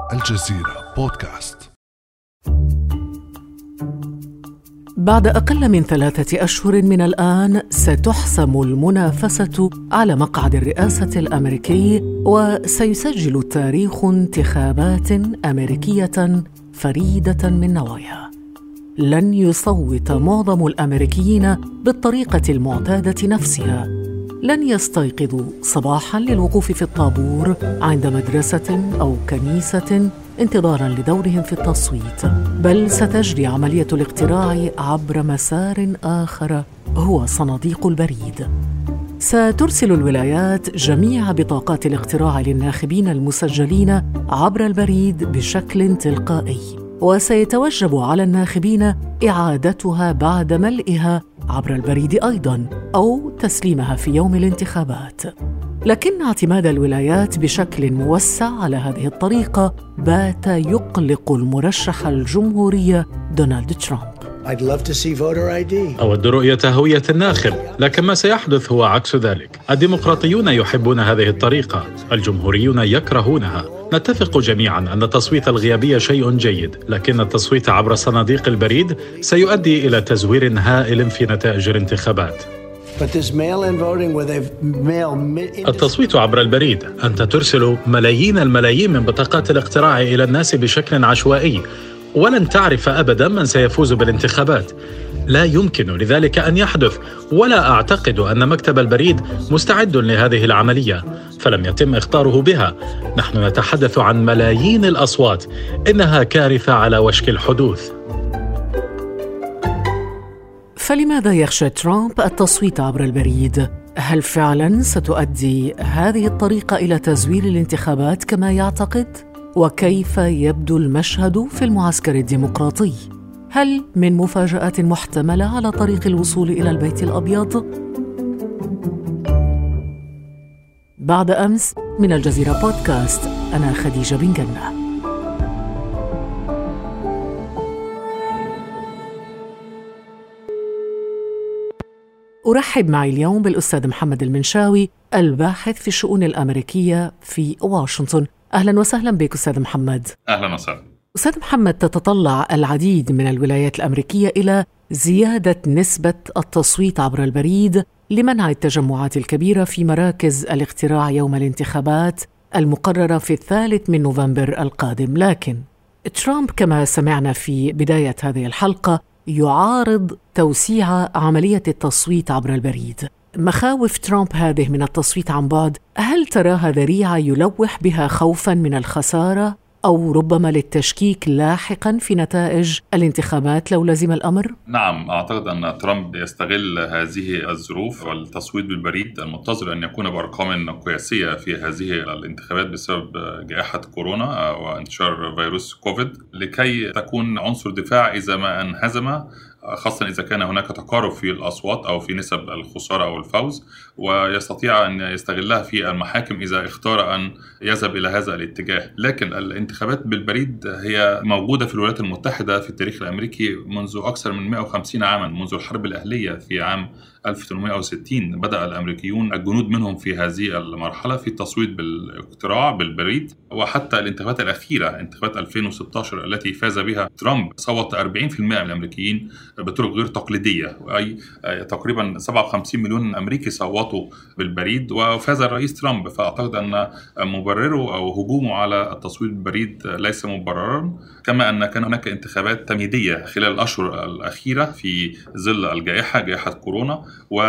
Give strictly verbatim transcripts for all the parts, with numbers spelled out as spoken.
الجزيرة بودكاست. بعد أقل من ثلاثة أشهر من الآن ستحسم المنافسة على مقعد الرئاسة الأمريكي، وسيسجل التاريخ انتخابات أمريكية فريدة من نوعها. لن يصوت معظم الأمريكيين بالطريقة المعتادة نفسها. لن يستيقظوا صباحاً للوقوف في الطابور عند مدرسة أو كنيسة انتظاراً لدورهم في التصويت، بل ستجري عملية الاقتراع عبر مسار آخر هو صناديق البريد. سترسل الولايات جميع بطاقات الاقتراع للناخبين المسجلين عبر البريد بشكل تلقائي، وسيتوجب على الناخبين إعادتها بعد ملئها عبر البريد أيضاً أو تسليمها في يوم الانتخابات. لكن اعتماد الولايات بشكل موسع على هذه الطريقة بات يقلق المرشح الجمهوري دونالد ترامب. I'd love to see voter آي دي. أود رؤية هوية الناخب، لكن ما سيحدث هو عكس ذلك. الديمقراطيون يحبون هذه الطريقة، الجمهوريون يكرهونها. نتفق جميعاً أن التصويت الغيابي شيء جيد، لكن التصويت عبر صناديق البريد سيؤدي إلى تزوير هائل في نتائج الانتخابات. التصويت عبر البريد، أنت ترسل ملايين الملايين من بطاقات الاقتراع إلى الناس بشكل عشوائي، ولن تعرف أبداً من سيفوز بالانتخابات. لا يمكن لذلك أن يحدث، ولا أعتقد أن مكتب البريد مستعد لهذه العملية، فلم يتم إخطاره بها. نحن نتحدث عن ملايين الأصوات، إنها كارثة على وشك الحدوث. فلماذا يخشى ترامب التصويت عبر البريد؟ هل فعلاً ستؤدي هذه الطريقة إلى تزوير الانتخابات كما يعتقد؟ وكيف يبدو المشهد في المعسكر الديمقراطي؟ هل من مفاجآت محتملة على طريق الوصول إلى البيت الأبيض؟ بعد أمس من الجزيرة بودكاست، أنا خديجة بن جنة. أرحب معي اليوم بالأستاذ محمد المنشاوي، الباحث في الشؤون الأمريكية في واشنطن. أهلاً وسهلاً بك أستاذ محمد. أهلاً وسهلاً. أستاذ محمد، تتطلع العديد من الولايات الأمريكية إلى زيادة نسبة التصويت عبر البريد لمنع التجمعات الكبيرة في مراكز الاقتراع يوم الانتخابات المقررة في الثالث من نوفمبر القادم. لكن ترامب كما سمعنا في بداية هذه الحلقة يعارض توسيع عملية التصويت عبر البريد. مخاوف ترامب هذه من التصويت عن بعد، هل تراها ذريعة يلوح بها خوفاً من الخسارة أو ربما للتشكيك لاحقاً في نتائج الانتخابات لو لزم الأمر؟ نعم، أعتقد أن ترامب يستغل هذه الظروف والتصويت بالبريد المنتظر أن يكون بأرقام قياسية في هذه الانتخابات بسبب جائحة كورونا وانتشار فيروس كوفيد، لكي تكون عنصر دفاع إذا ما انهزم، خاصة إذا كان هناك تقارب في الأصوات أو في نسب الخسارة أو الفوز، ويستطيع أن يستغلها في المحاكم إذا اختار أن يذهب إلى هذا الاتجاه. لكن الانتخابات بالبريد هي موجودة في الولايات المتحدة في التاريخ الأمريكي منذ أكثر من مئة وخمسين عاما، منذ الحرب الأهلية في عام ألف وثمانمئة وستين. بدأ الأمريكيون الجنود منهم في هذه المرحلة في التصويت بالاقتراع بالبريد، وحتى الانتخابات الأخيرة انتخابات ألفين وستة عشر التي فاز بها ترامب صوت أربعين بالمئة من الأمريكيين بطرق غير تقليدية، أي تقريبا سبعة وخمسين مليون أمريكي صوتوا بالبريد وفاز الرئيس ترامب. فأعتقد أن مبرره أو هجومه على التصويت بالبريد ليس مبررا، كما أن كان هناك انتخابات تمهيدية خلال الأشهر الأخيرة في ظل الجائحة جائحة كورونا،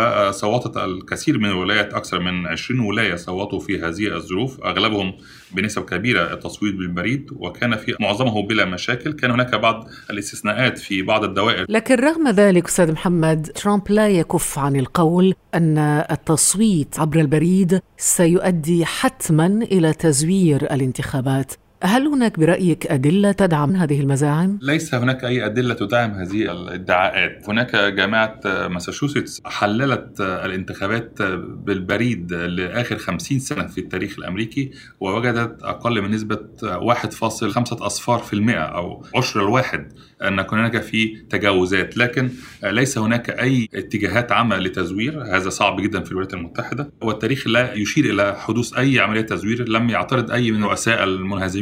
وصوتت الكثير من الولايات، أكثر من عشرين ولاية صوتوا في هذه الظروف، أغلبهم بنسب كبيرة التصويت بالبريد، وكان في معظمه بلا مشاكل. كان هناك بعض الاستثناءات في بعض الدوائر. لكن رغم ذلك أستاذ محمد، ترامب لا يكف عن القول أن التصويت عبر البريد سيؤدي حتما إلى تزوير الانتخابات. هل هناك برأيك أدلة تدعم هذه المزاعم؟ ليس هناك أي أدلة تدعم هذه الادعاءات. هناك جامعة ماساتشوستس حللت الانتخابات بالبريد لآخر خمسين سنة في التاريخ الأمريكي، ووجدت أقل من نسبة واحد فاصلة خمسة أصفار في المئة أو عشر الواحد أن هناك في تجاوزات، لكن ليس هناك أي اتجاهات عامة لتزوير. هذا صعب جدا في الولايات المتحدة، والتاريخ لا يشير إلى حدوث أي عملية تزوير. لم يعترض أي من رؤساء المنهزمين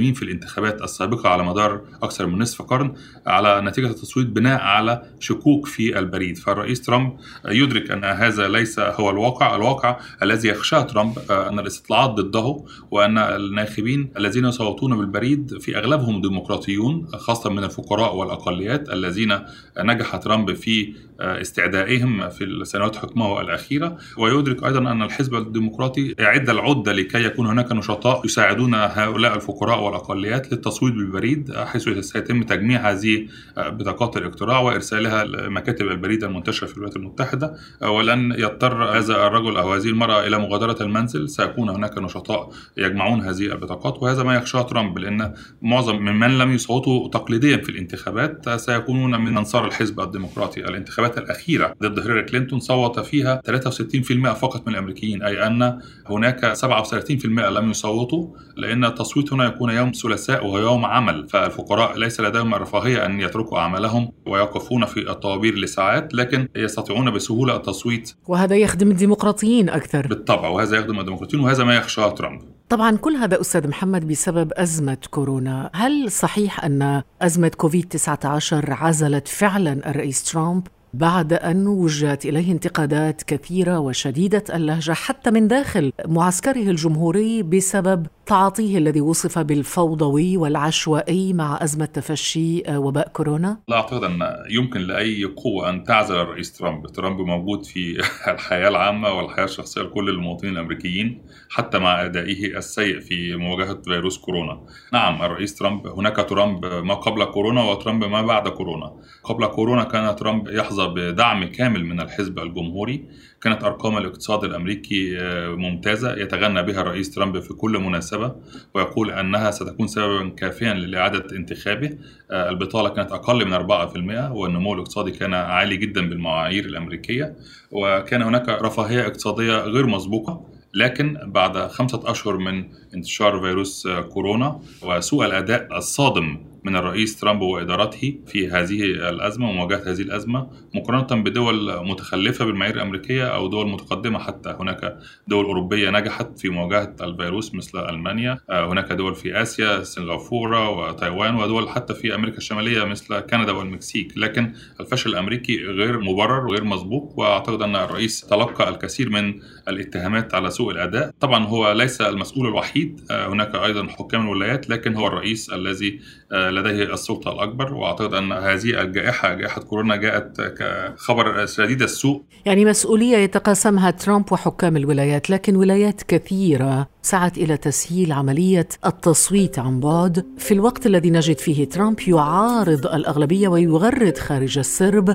المصريين في الانتخابات السابقة على مدار أكثر من نصف قرن على نتيجة التصويت بناء على شكوك في البريد. فالرئيس ترامب يدرك أن هذا ليس هو الواقع. الواقع الذي يخشاه ترامب أن الاستطلاعات ضده، وأن الناخبين الذين يصوتون بالبريد في أغلبهم ديمقراطيون، خاصة من الفقراء والأقليات الذين نجح ترامب في استعدائهم في السنوات حكمه الأخيرة. ويدرك أيضا أن الحزب الديمقراطي يعد العدة لكي يكون هناك نشطاء يساعدون هؤلاء الفقراء والأقليات للتصويت بالبريد، حيث سيتم تجميع هذه بطاقات الاقتراع وإرسالها لمكاتب البريد المنتشرة في الولايات المتحدة. ولن يضطر هذا الرجل أو هذه المرأة إلى مغادرة المنزل، سيكون هناك نشطاء يجمعون هذه البطاقات. وهذا ما يخشاه ترامب، لأن معظم ممن لم يصوتوا تقليديا في الانتخابات سيكونون من أنصار الحزب الديمقراطي. الانتخابات الأخيرة ضد هيلاري كلينتون صوت فيها ثلاثة وستين بالمئة فقط من الأمريكيين، أي أن هناك سبعة وثلاثين بالمئة لم يصوتوا، لأن التصويت هنا يكون يوم ثلاثاء وهو يوم عمل. فالفقراء ليس لديهم الرفاهية أن يتركوا أعمالهم ويقفون في الطوابير لساعات، لكن يستطيعون بسهولة التصويت. وهذا يخدم الديمقراطيين أكثر. بالطبع، وهذا يخدم الديمقراطيين، وهذا ما يخشاه ترامب. طبعا كل هذا أستاذ محمد بسبب أزمة كورونا. هل صحيح أن أزمة كوفيد تسعة عشر عزلت فعلا الرئيس ترامب بعد أن وجهت إليه انتقادات كثيرة وشديدة اللهجة حتى من داخل معسكره الجمهوري بسبب تعاطيه الذي وصف بالفوضوي والعشوائي مع أزمة تفشي وباء كورونا؟ لا أعتقد أن يمكن لأي قوة أن تعزل الرئيس ترامب. ترامب موجود في الحياة العامة والحياة الشخصية لكل المواطنين الأمريكيين، حتى مع أدائه السيء في مواجهة فيروس كورونا. نعم، الرئيس ترامب، هناك ترامب ما قبل كورونا وترامب ما بعد كورونا. قبل كورونا كان ترامب يحظى بدعم كامل من الحزب الجمهوري، كانت أرقام الاقتصاد الأمريكي ممتازة يتغنى بها الرئيس ترامب في كل مناسبة، ويقول أنها ستكون سببا كافيا لإعادة انتخابه. البطالة كانت أقل من أربعة بالمئة، والنمو الاقتصادي كان عالي جدا بالمعايير الأمريكية، وكان هناك رفاهية اقتصادية غير مسبوقة. لكن بعد خمسة أشهر من انتشار فيروس كورونا وسوء الأداء الصادم من الرئيس ترامب وإدارته في هذه الأزمة ومواجهة هذه الأزمة مقارنة بدول متخلفة بالمعايير الأمريكية أو دول متقدمة، حتى هناك دول أوروبية نجحت في مواجهة الفيروس مثل ألمانيا، هناك دول في آسيا سنغافورة وتايوان، ودول حتى في أمريكا الشمالية مثل كندا والمكسيك. لكن الفشل الأمريكي غير مبرر وغير مسبوق، وأعتقد أن الرئيس تلقى الكثير من الاتهامات على سوء الأداء. طبعا هو ليس المسؤول الوحيد، هناك أيضا حكام الولايات، لكن هو الرئيس الذي لديه السلطة الأكبر. وأعتقد أن هذه الجائحة جائحة كورونا جاءت كخبر شديد السوء، يعني مسؤولية يتقاسمها ترامب وحكام الولايات، لكن ولايات كثيرة سعت إلى تسهيل عملية التصويت عن بعد في الوقت الذي نجد فيه ترامب يعارض الأغلبية ويغرد خارج السرب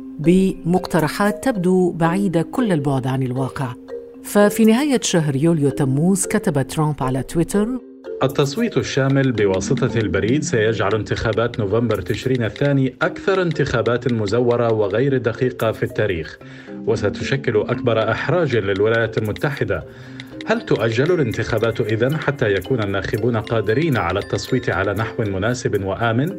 بمقترحات تبدو بعيدة كل البعد عن الواقع. ففي نهاية شهر يوليو تموز كتب ترامب على تويتر: التصويت الشامل بواسطة البريد سيجعل انتخابات نوفمبر تشرين الثاني أكثر انتخابات مزورة وغير دقيقة في التاريخ، وستشكل أكبر إحراج للولايات المتحدة. هل تؤجل الانتخابات إذن حتى يكون الناخبون قادرين على التصويت على نحو مناسب وآمن؟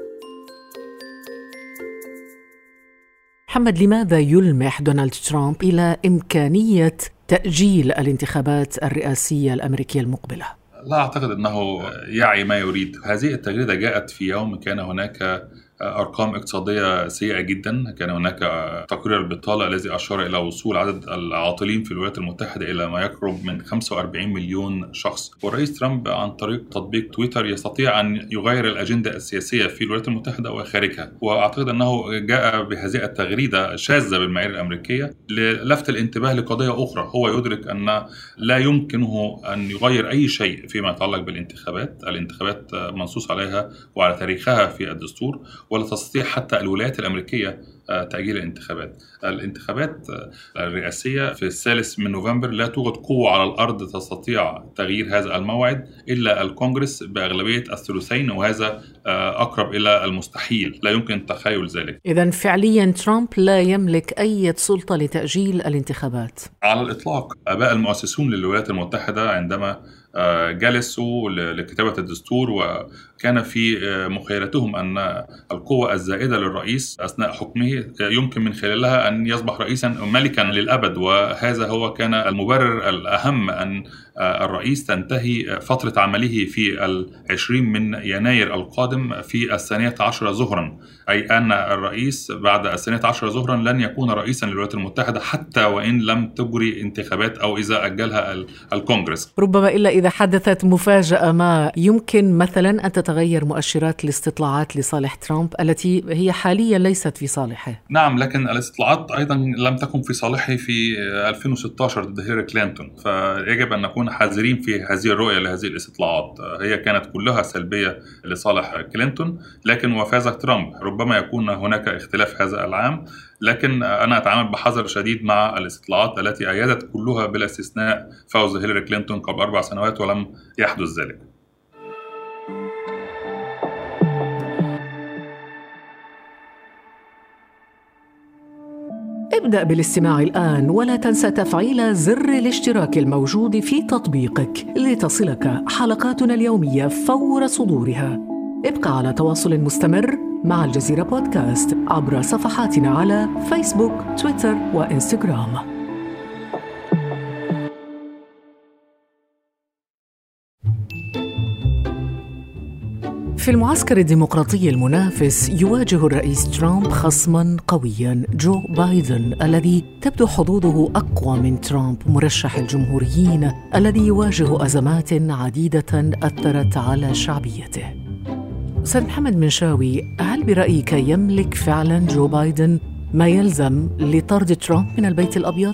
محمد، لماذا يلمح دونالد ترامب إلى إمكانية تأجيل الانتخابات الرئاسية الأمريكية المقبلة؟ لا أعتقد أنه يعي ما يريد. هذه التغريدة جاءت في يوم كان هناك أرقام اقتصادية سيئة جدا، كان هناك تقرير البطالة الذي أشار إلى وصول عدد العاطلين في الولايات المتحدة إلى ما يقرب من خمسة وأربعين مليون شخص. والرئيس ترامب عن طريق تطبيق تويتر يستطيع أن يغير الأجندة السياسية في الولايات المتحدة وخارجها، وأعتقد أنه جاء بهذه التغريدة شاذة بالمعايير الأمريكية للفت الانتباه لقضية أخرى. هو يدرك أن لا يمكنه أن يغير أي شيء فيما يتعلق بالانتخابات. الانتخابات منصوص عليها وعلى تاريخها في الدستور، ولا تستطيع حتى الولايات الأمريكية تأجيل الانتخابات. الانتخابات الرئاسية في الثالث من نوفمبر لا توجد قوة على الأرض تستطيع تغيير هذا الموعد إلا الكونغرس بأغلبية الثلثين، وهذا أقرب إلى المستحيل، لا يمكن تخيل ذلك. إذن فعليا ترامب لا يملك أي سلطة لتأجيل الانتخابات على الإطلاق. آباء المؤسسون للولايات المتحدة عندما جلسوا لكتابة الدستور، وكان في مخيلتهم أن القوة الزائدة للرئيس أثناء حكمه يمكن من خلالها أن يصبح رئيسا ملكا للأبد، وهذا هو كان المبرر الأهم أن الرئيس تنتهي فترة عمله في العشرين من يناير القادم في الثانية عشر ظهرا، أي أن الرئيس بعد الثانية عشر ظهرا لن يكون رئيسا للولايات المتحدة حتى وإن لم تجري انتخابات أو إذا أجلها الكونغرس. ربما إلا إذا حدثت مفاجأة ما يمكن مثلا أن تتغير مؤشرات الاستطلاعات لصالح ترامب التي هي حاليا ليست في صالحه. نعم، لكن الاستطلاعات أيضا لم تكن في صالحه في ألفين وستة عشر ضد هيلاري كلينتون، فيجب أن نكون حذرين في هذه الرؤية لهذه الاستطلاعات. هي كانت كلها سلبية لصالح كلينتون، لكن وفاز ترامب. ربما يكون هناك اختلاف هذا العام، لكن أنا أتعامل بحذر شديد مع الاستطلاعات التي أيدت كلها بلا استثناء فوز هيلاري كلينتون قبل أربع سنوات ولم يحدث ذلك. ابدأ بالاستماع الآن ولا تنسى تفعيل زر الاشتراك الموجود في تطبيقك لتصلك حلقاتنا اليومية فور صدورها. ابقى على تواصل مستمر مع الجزيرة بودكاست عبر صفحاتنا على فيسبوك، تويتر وإنستغرام. في المعسكر الديمقراطي المنافس يواجه الرئيس ترامب خصماً قوياً، جو بايدن، الذي تبدو حظوظه أقوى من ترامب مرشح الجمهوريين الذي يواجه أزمات عديدة أثرت على شعبيته. أستاذ محمد منشاوي، هل برأيك يملك فعلاً جو بايدن ما يلزم لطرد ترامب من البيت الأبيض؟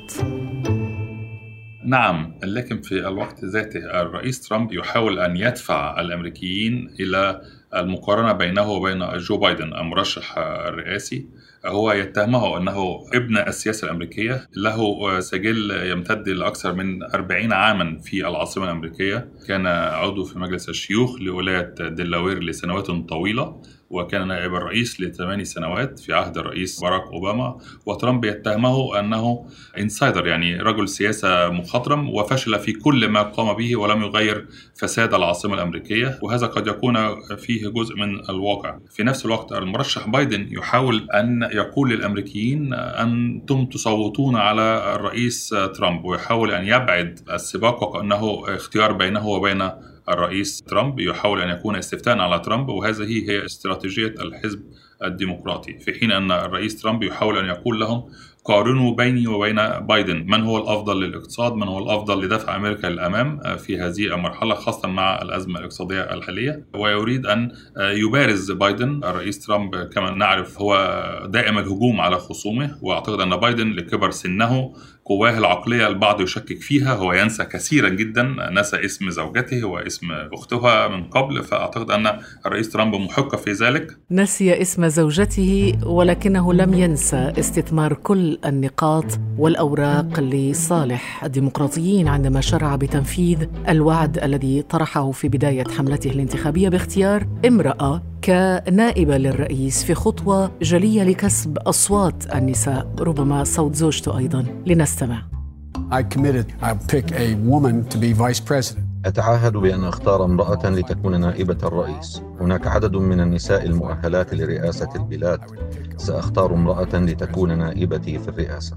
نعم، لكن في الوقت ذاته الرئيس ترامب يحاول أن يدفع الأمريكيين إلى المقارنة بينه وبين جو بايدن المرشح الرئاسي. هو يتهمه أنه ابن السياسة الأمريكية، له سجل يمتد لأكثر من أربعين عاما في العاصمة الأمريكية، كان عضو في مجلس الشيوخ لولاية ديلاوير لسنوات طويلة، وكان نائب الرئيس لثماني سنوات في عهد الرئيس باراك أوباما. وترامب يتهمه أنه إنسايدر، يعني رجل سياسة مخضرم، وفشل في كل ما قام به ولم يغير فساد العاصمة الأمريكية، وهذا قد يكون فيه جزء من الواقع. في نفس الوقت المرشح بايدن يحاول أن يقول للأمريكيين أنتم تصوتون على الرئيس ترامب، ويحاول أن يبعد السباق وكأنه اختيار بينه وبين الرئيس ترامب، يحاول أن يكون استفتاء على ترامب، وهذه هي استراتيجية الحزب الديمقراطي، في حين أن الرئيس ترامب يحاول أن يقول لهم قارنوا بيني وبين بايدن، من هو الأفضل للاقتصاد، من هو الأفضل لدفع أمريكا للأمام في هذه المرحلة خاصة مع الأزمة الاقتصادية الحالية. ويريد أن يبارز بايدن. الرئيس ترامب كما نعرف هو دائم الهجوم على خصومه، وأعتقد أن بايدن لكبر سنه قواه العقلية البعض يشكك فيها، هو ينسى كثيرا جدا، نسى اسم زوجته واسم أختها من قبل، فأعتقد أن الرئيس ترامب محق في ذلك. نسي اسم زوجته ولكنه لم ينسى استثمار كل النقاط والأوراق لصالح الديمقراطيين عندما شرع بتنفيذ الوعد الذي طرحه في بداية حملته الانتخابية باختيار امرأة كنائبة للرئيس في خطوة جلية لكسب أصوات النساء، ربما صوت زوجته أيضاً. لنستمع. I committed I'll pick a woman to be vice president. أتعهد بأن أختار امرأة لتكون نائبة الرئيس. هناك عدد من النساء المؤهلات لرئاسة البلاد. سأختار امرأة لتكون نائبتي في الرئاسة.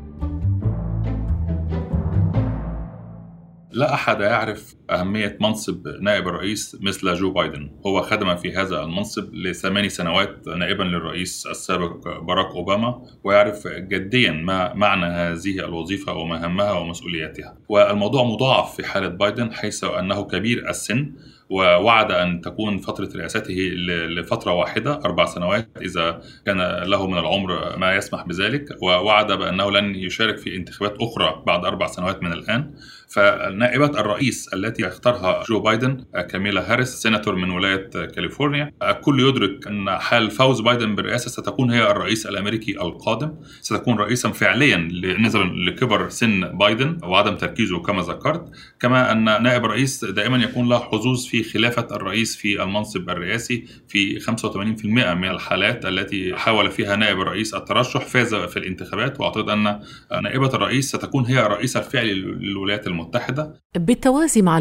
لا أحد يعرف أهمية منصب نائب الرئيس مثل جو بايدن. هو خدم في هذا المنصب لثماني سنوات نائبا للرئيس السابق باراك أوباما، ويعرف جديا ما معنى هذه الوظيفة ومهامها ومسؤولياتها. والموضوع مضاعف في حالة بايدن، حيث أنه كبير السن، ووعد أن تكون فترة رئاسته لفترة واحدة أربع سنوات إذا كان له من العمر ما يسمح بذلك، ووعد بأنه لن يشارك في انتخابات أخرى بعد أربع سنوات من الآن. فنائبة الرئيس التي اختارها جو بايدن كاميلا هاريس، سيناتور من ولاية كاليفورنيا، الكل يدرك أن حال فوز بايدن بالرئاسة ستكون هي الرئيس الأمريكي القادم، ستكون رئيسا فعليا نظرا لكبر سن بايدن وعدم تركيزه كما ذكرت، كما أن نائب الرئيس دائما يكون له حظوظ في خلافة الرئيس في المنصب الرئاسي. في خمسة وثمانين بالمئة من الحالات التي حاول فيها نائب الرئيس الترشح فاز في الانتخابات، وأعتقد أن نائبة الرئيس ستكون هي الرئيس الفعلي للولايات المتحدة. بالتوازي مع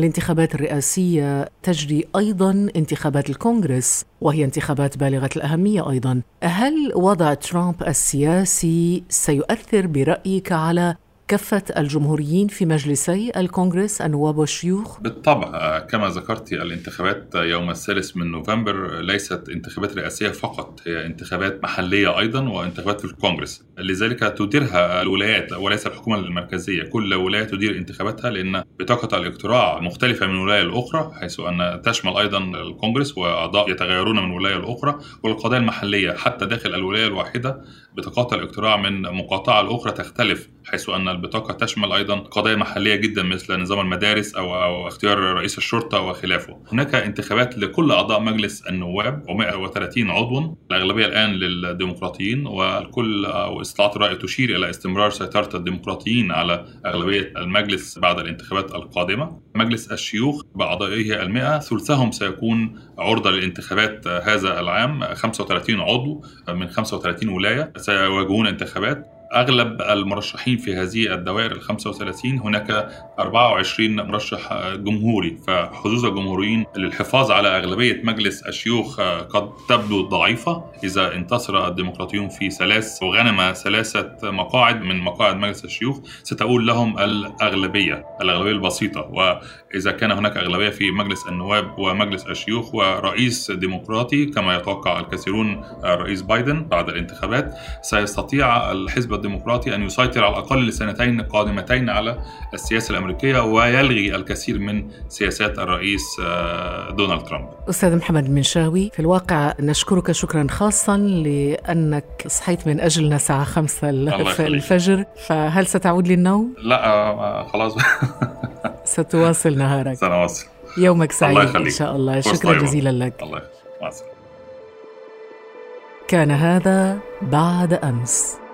الانتخابات الرئاسية تجري أيضاً انتخابات الكونغرس، وهي انتخابات بالغة الأهمية أيضاً. هل وضع ترامب السياسي سيؤثر برأيك على كافة الجمهوريين في مجلسي الكونغرس النواب والشيوخ؟ بالطبع، كما ذكرت الانتخابات يوم الثالث من نوفمبر ليست انتخابات رئاسية فقط، هي انتخابات محلية أيضا وانتخابات في الكونغرس، لذلك تديرها الولايات وليس الحكومة المركزية. كل ولاية تدير انتخاباتها لأن بطاقة الاقتراع مختلفة من ولاية لأخرى، حيث أن تشمل أيضا الكونغرس وأعضاء يتغيرون من ولاية لأخرى، والقضايا المحلية حتى داخل الولاية الواحدة بطاقات الاقتراع من مقاطعة لأخرى تختلف، حيث أن البطاقة تشمل أيضا قضايا محلية جدا مثل نظام المدارس أو, أو اختيار رئيس الشرطة وخلافه. هناك انتخابات لكل أعضاء مجلس النواب ومئة وثلاثين عضوا، الأغلبية الآن للديمقراطيين، والكل أو استطلاعات الرأي تشير إلى استمرار سيطرة الديمقراطيين على أغلبية المجلس بعد الانتخابات القادمة. مجلس الشيوخ بأعضائه المئة ثلثهم سيكون عرضة للانتخابات هذا العام، خمسة وثلاثين عضو من خمسة وثلاثين ولاية سيواجهون انتخابات. أغلب المرشحين في هذه الدوائر الخمسة وثلاثين هناك أربعة وعشرين مرشح جمهوري، فحظوظ الجمهوريين للحفاظ على أغلبية مجلس الشيوخ قد تبدو ضعيفة إذا انتصر الديمقراطيون في ثلاث وغنم ثلاثة مقاعد من مقاعد مجلس الشيوخ ستقول لهم الأغلبية الأغلبية البسيطة. وإذا كان هناك أغلبية في مجلس النواب ومجلس الشيوخ ورئيس ديمقراطي كما يتوقع الكثيرون الرئيس بايدن بعد الانتخابات، سيستطيع الحزب الديمقراطي أن يسيطر على الأقل لسنتين قادمتين على السياسة الأمريكية ويلغي الكثير من سياسات الرئيس دونالد ترامب. أستاذ محمد المنشاوي، في الواقع نشكرك شكرا خاصا لأنك صحيت من أجلنا الساعة خمسة الفجر، فهل ستعود للنوم؟ لا خلاص. ستواصل نهارك. سنواصل. يومك سعيد إن شاء الله. شكرا جزيلا لك. الله يخليك. كان هذا بعد أمس.